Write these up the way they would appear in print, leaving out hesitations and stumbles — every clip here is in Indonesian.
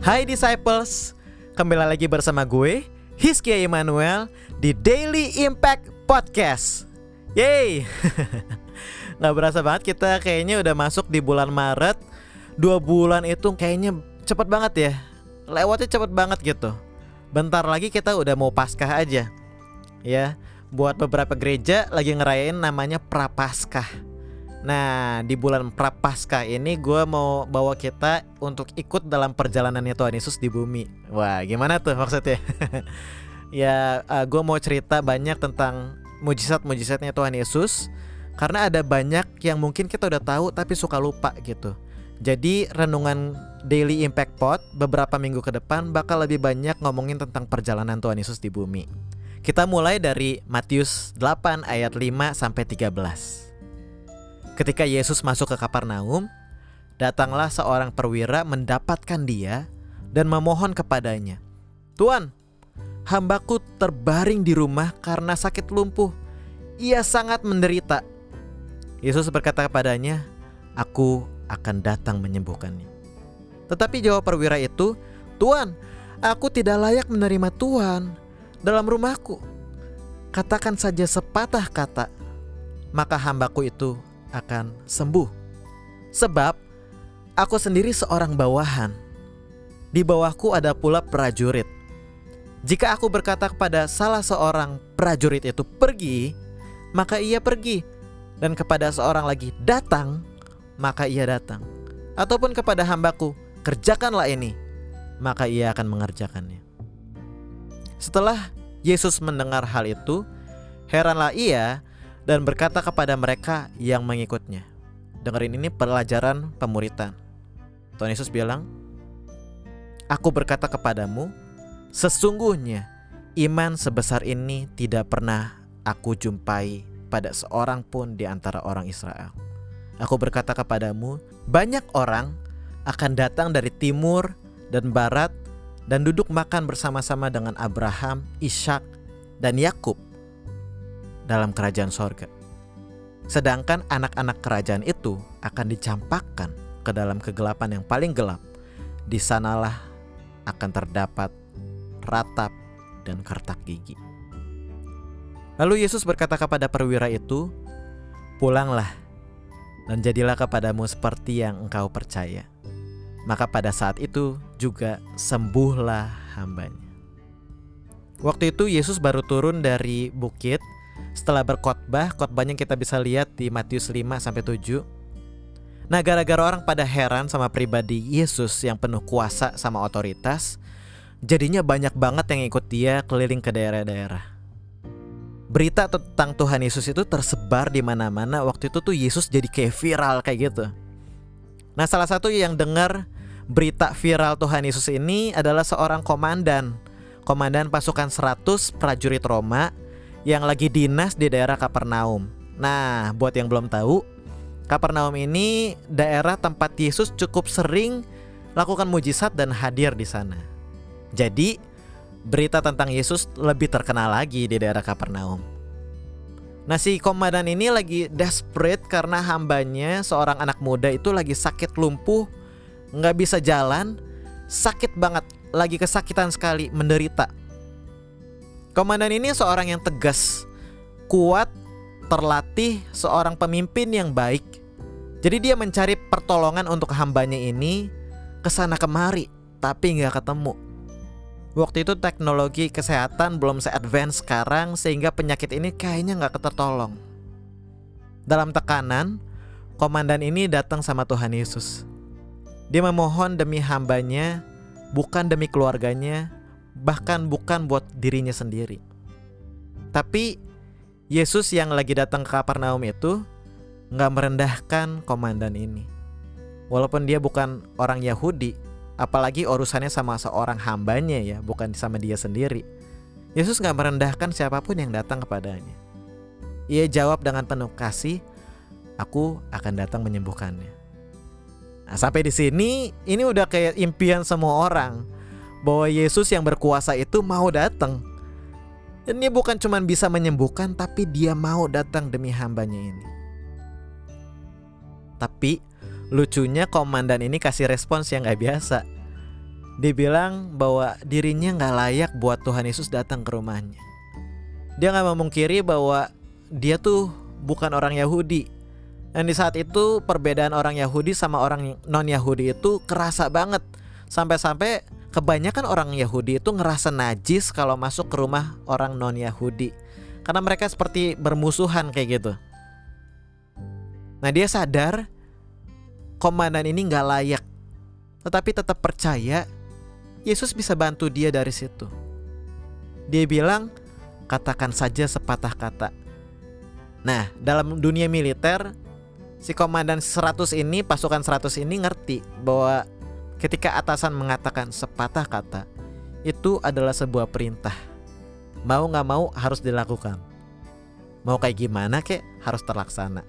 Hai Disciples, kembali lagi bersama gue, Hizkia Immanuel, di Daily Impact Podcast. Yeay. Gak berasa banget kita kayaknya udah masuk di bulan Maret. 2 bulan itu kayaknya cepet banget ya. Lewatnya cepet banget gitu. Bentar lagi kita udah mau Paskah aja. Ya, buat beberapa gereja lagi ngerayain namanya Prapaskah. Nah, di bulan Prapaskah ini gue mau bawa kita untuk ikut dalam perjalanannya Tuhan Yesus di bumi. Wah, gimana tuh maksudnya? Gue mau cerita banyak tentang mujizat-mujizatnya Tuhan Yesus, karena ada banyak yang mungkin kita udah tahu tapi suka lupa gitu. Jadi renungan Daily Impact Pod beberapa minggu ke depan bakal lebih banyak ngomongin tentang perjalanan Tuhan Yesus di bumi. Kita mulai dari Matius 8 ayat 5 sampai 13. Ketika Yesus masuk ke Kapernaum, datanglah seorang perwira mendapatkan dia dan memohon kepadanya, "Tuan, hambaku terbaring di rumah karena sakit lumpuh. Ia sangat menderita." Yesus berkata kepadanya, "Aku akan datang menyembuhkannya." Tetapi jawab perwira itu, "Tuan, aku tidak layak menerima Tuan dalam rumahku. Katakan saja sepatah kata, maka hambaku itu akan sembuh. Sebab aku sendiri seorang bawahan. Di bawahku ada pula prajurit. Jika aku berkata kepada salah seorang prajurit itu pergi, maka ia pergi. Dan kepada seorang lagi datang, maka ia datang. Ataupun kepada hambaku, kerjakanlah ini, maka ia akan mengerjakannya." Setelah Yesus mendengar hal itu, heranlah ia dan berkata kepada mereka yang mengikutnya. Dengerin, ini pelajaran pemuritan. Tuhan Yesus bilang, "Aku berkata kepadamu, sesungguhnya iman sebesar ini tidak pernah aku jumpai pada seorang pun di antara orang Israel. Aku berkata kepadamu, banyak orang akan datang dari timur dan barat dan duduk makan bersama-sama dengan Abraham, Ishak, dan Yakub dalam kerajaan sorga. Sedangkan anak-anak kerajaan itu akan dicampakkan ke dalam kegelapan yang paling gelap. Di sanalah akan terdapat ratap dan kertak gigi." Lalu Yesus berkata kepada perwira itu, "Pulanglah dan jadilah kepadamu seperti yang engkau percaya." Maka pada saat itu juga sembuhlah hambanya. Waktu itu Yesus baru turun dari bukit setelah berkhotbah. Khotbahnya kita bisa lihat di Matius 5-7. Nah, gara-gara orang pada heran sama pribadi Yesus yang penuh kuasa sama otoritas, jadinya banyak banget yang ikut dia keliling ke daerah-daerah. Berita tentang Tuhan Yesus itu tersebar di mana-mana. Waktu itu tuh Yesus jadi kayak viral kayak gitu. Nah, salah satu yang dengar berita viral Tuhan Yesus ini adalah seorang komandan pasukan 100 prajurit Roma yang lagi dinas di daerah Kapernaum. Nah, buat yang belum tahu, Kapernaum ini daerah tempat Yesus cukup sering lakukan mujizat dan hadir di sana. Jadi, berita tentang Yesus lebih terkenal lagi di daerah Kapernaum. Nah, si komandan ini lagi desperate karena hambanya, seorang anak muda itu lagi sakit lumpuh, nggak bisa jalan, sakit banget, lagi kesakitan sekali, menderita. Komandan ini seorang yang tegas, kuat, terlatih, seorang pemimpin yang baik. Jadi dia mencari pertolongan untuk hambanya ini kesana kemari, tapi nggak ketemu. Waktu itu teknologi kesehatan belum se-advance sekarang, sehingga penyakit ini kayaknya nggak ketertolong. Dalam tekanan, komandan ini datang sama Tuhan Yesus. Dia memohon demi hambanya, bukan demi keluarganya, bahkan bukan buat dirinya sendiri. Tapi Yesus yang lagi datang ke Kapernaum itu gak merendahkan komandan ini. Walaupun dia bukan orang Yahudi, apalagi urusannya sama seorang hambanya ya, bukan sama dia sendiri. Yesus gak merendahkan siapapun yang datang kepadanya. Ia jawab dengan penuh kasih, "Aku akan datang menyembuhkannya." Nah, sampai di sini ini udah kayak impian semua orang, bahwa Yesus yang berkuasa itu mau datang. Dan dia bukan cuma bisa menyembuhkan, tapi dia mau datang demi hambanya ini. Tapi lucunya komandan ini kasih respons yang gak biasa. Dia bilang bahwa dirinya gak layak buat Tuhan Yesus datang ke rumahnya. Dia gak memungkiri bahwa dia tuh bukan orang Yahudi. Dan di saat itu perbedaan orang Yahudi sama orang non-Yahudi itu kerasa banget. Sampai-sampai kebanyakan orang Yahudi itu ngerasa najis kalau masuk ke rumah orang non-Yahudi. Karena mereka seperti bermusuhan kayak gitu. Nah, dia sadar komandan ini gak layak, tetapi tetap percaya Yesus bisa bantu dia dari situ. Dia bilang, katakan saja sepatah kata. Nah, dalam dunia militer, si komandan 100 ini, pasukan 100 ini ngerti bahwa ketika atasan mengatakan sepatah kata, itu adalah sebuah perintah. Mau gak mau harus dilakukan. Mau kayak gimana kek, harus terlaksana.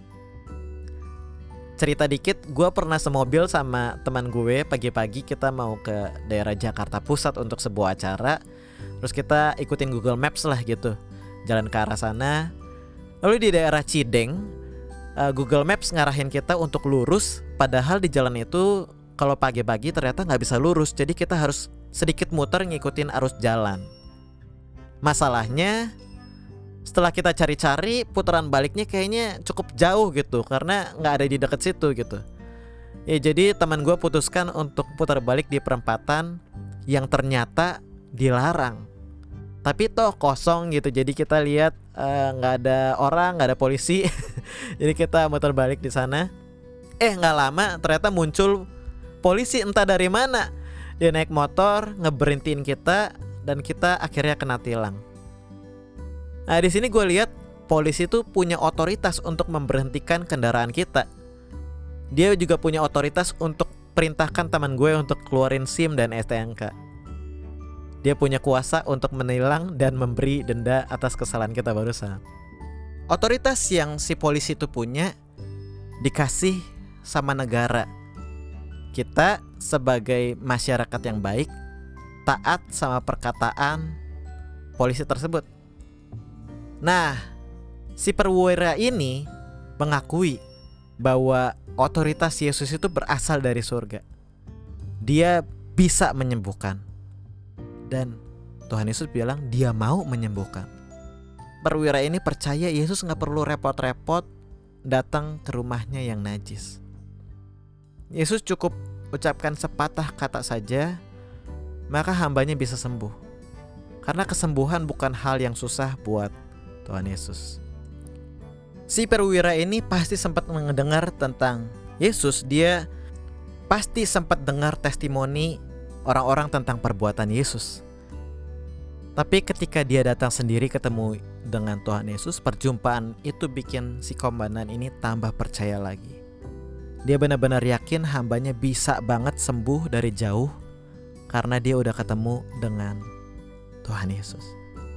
Cerita dikit, gue pernah semobil sama teman gue. Pagi-pagi kita mau ke daerah Jakarta Pusat untuk sebuah acara. Terus kita ikutin Google Maps lah gitu, jalan ke arah sana. Lalu di daerah Cideng, Google Maps ngarahin kita untuk lurus. Padahal di jalan itu kalau pagi-pagi ternyata gak bisa lurus. Jadi kita harus sedikit muter ngikutin arus jalan. Masalahnya, setelah kita cari-cari, putaran baliknya kayaknya cukup jauh gitu, karena gak ada di dekat situ gitu. Ya, jadi teman gue putuskan untuk putar balik di perempatan yang ternyata dilarang. Tapi toh kosong gitu, jadi kita lihat gak ada orang, gak ada polisi. Jadi kita muter balik di sana. Gak lama ternyata muncul polisi entah dari mana. Dia naik motor, ngeberhentiin kita, dan kita akhirnya kena tilang. Nah, di sini gue lihat polisi itu punya otoritas untuk memberhentikan kendaraan kita. Dia juga punya otoritas untuk perintahkan teman gue untuk keluarin SIM dan STNK. Dia punya kuasa untuk menilang dan memberi denda atas kesalahan kita barusan. Otoritas yang si polisi itu punya dikasih sama negara. Kita sebagai masyarakat yang baik taat sama perkataan polisi tersebut. Nah, si perwira ini mengakui bahwa otoritas Yesus itu berasal dari surga. Dia bisa menyembuhkan. Dan Tuhan Yesus bilang dia mau menyembuhkan. Perwira ini percaya Yesus gak perlu repot-repot datang ke rumahnya yang najis. Yesus cukup ucapkan sepatah kata saja, maka hambanya bisa sembuh. Karena kesembuhan bukan hal yang susah buat Tuhan Yesus. Si perwira ini pasti sempat mendengar tentang Yesus. Dia pasti sempat dengar testimoni orang-orang tentang perbuatan Yesus. Tapi ketika dia datang sendiri ketemu dengan Tuhan Yesus, perjumpaan itu bikin si komandan ini tambah percaya lagi. Dia benar-benar yakin hambanya bisa banget sembuh dari jauh karena dia udah ketemu dengan Tuhan Yesus.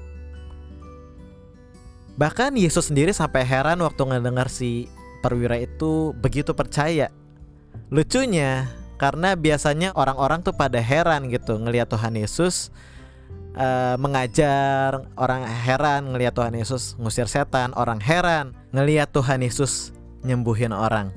Bahkan Yesus sendiri sampai heran waktu ngedengar si perwira itu begitu percaya. Lucunya, karena biasanya orang-orang tuh pada heran gitu ngelihat Tuhan Yesus mengajar, orang heran ngelihat Tuhan Yesus ngusir setan, orang heran ngelihat Tuhan Yesus nyembuhin orang.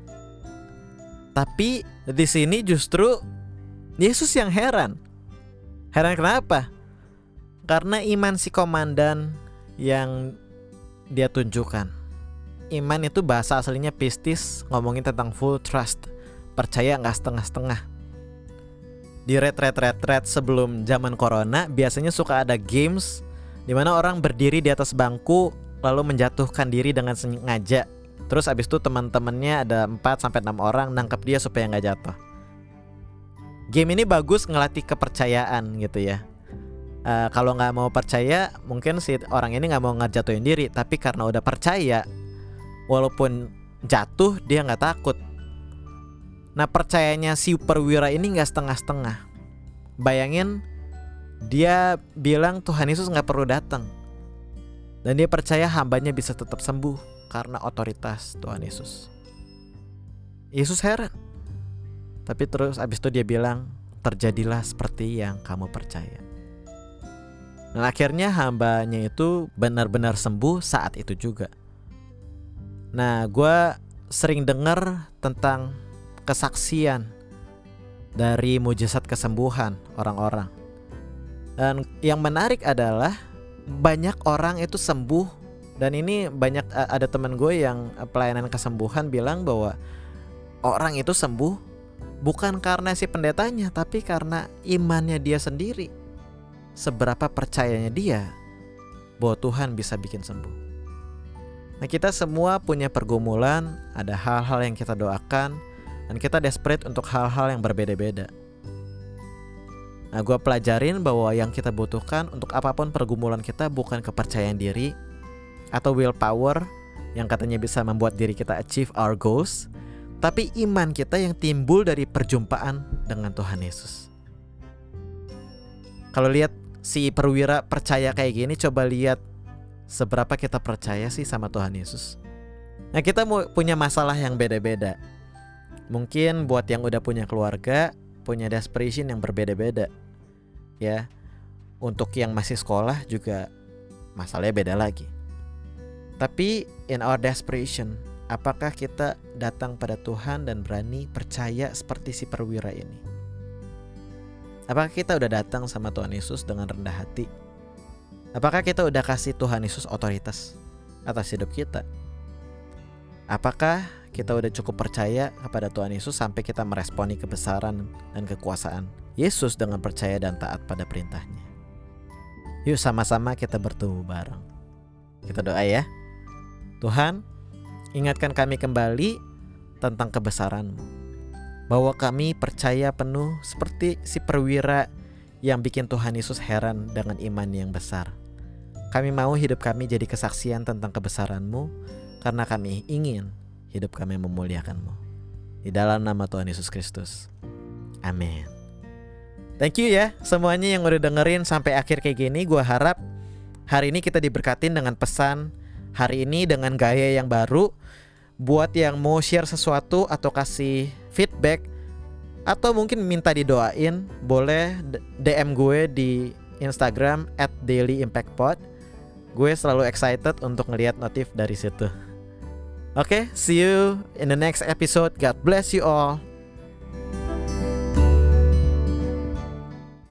Tapi di sini justru Yesus yang heran. Heran kenapa? Karena iman si komandan yang dia tunjukkan. Iman itu bahasa aslinya pistis, ngomongin tentang full trust, percaya gak setengah-setengah. Di retret sebelum zaman corona biasanya suka ada games dimana orang berdiri di atas bangku lalu menjatuhkan diri dengan sengaja. Terus abis itu teman-temannya ada 4-6 orang nangkep dia supaya gak jatuh. Game ini bagus ngelatih kepercayaan gitu ya. Kalau nggak mau percaya, mungkin si orang ini nggak mau ngejatuhin diri. Tapi karena udah percaya, walaupun jatuh dia nggak takut. Nah, percayanya si perwira ini nggak setengah-setengah. Bayangin, dia bilang Tuhan Yesus nggak perlu datang, dan dia percaya hambanya bisa tetap sembuh karena otoritas Tuhan Yesus. Yesus heran. Tapi terus abis itu dia bilang, terjadilah seperti yang kamu percaya. Dan akhirnya hambanya itu benar-benar sembuh saat itu juga. Nah, gue sering dengar tentang kesaksian dari mujizat kesembuhan orang-orang. Dan yang menarik adalah banyak orang itu sembuh. Dan ini banyak, ada teman gue yang pelayanan kesembuhan bilang bahwa orang itu sembuh bukan karena si pendetanya, tapi karena imannya dia sendiri. Seberapa percayanya dia bahwa Tuhan bisa bikin sembuh. Nah, kita semua punya pergumulan, ada hal-hal yang kita doakan, dan kita desperate untuk hal-hal yang berbeda-beda. Nah, gue pelajarin bahwa yang kita butuhkan untuk apapun pergumulan kita bukan kepercayaan diri atau willpower yang katanya bisa membuat diri kita achieve our goals, tapi iman kita yang timbul dari perjumpaan dengan Tuhan Yesus. Kalau lihat si perwira percaya kayak gini, coba lihat seberapa kita percaya sih sama Tuhan Yesus. Nah, kita punya masalah yang beda-beda. Mungkin buat yang udah punya keluarga, punya desperation yang berbeda-beda. Ya, untuk yang masih sekolah juga masalahnya beda lagi. Tapi in our desperation, apakah kita datang pada Tuhan dan berani percaya seperti si perwira ini? Apakah kita udah datang sama Tuhan Yesus dengan rendah hati? Apakah kita udah kasih Tuhan Yesus otoritas atas hidup kita? Apakah kita udah cukup percaya kepada Tuhan Yesus sampai kita meresponi kebesaran dan kekuasaan Yesus dengan percaya dan taat pada perintahnya? Yuk sama-sama kita bertumbuh bareng. Kita doa ya. Tuhan, ingatkan kami kembali tentang kebesaran-Mu, bahwa kami percaya penuh seperti si perwira yang bikin Tuhan Yesus heran dengan iman yang besar. Kami mau hidup kami jadi kesaksian tentang kebesaran-Mu, karena kami ingin hidup kami memuliakan-Mu. Di dalam nama Tuhan Yesus Kristus. Amin. Thank you ya semuanya yang udah dengerin sampai akhir kayak gini. Gua harap hari ini kita diberkatin dengan pesan hari ini dengan gaya yang baru. Buat yang mau share sesuatu atau kasih feedback atau mungkin minta didoain, boleh DM gue di Instagram @dailyimpactpod. Gue selalu excited untuk ngelihat notif dari situ. Oke, see you in the next episode. God bless you all.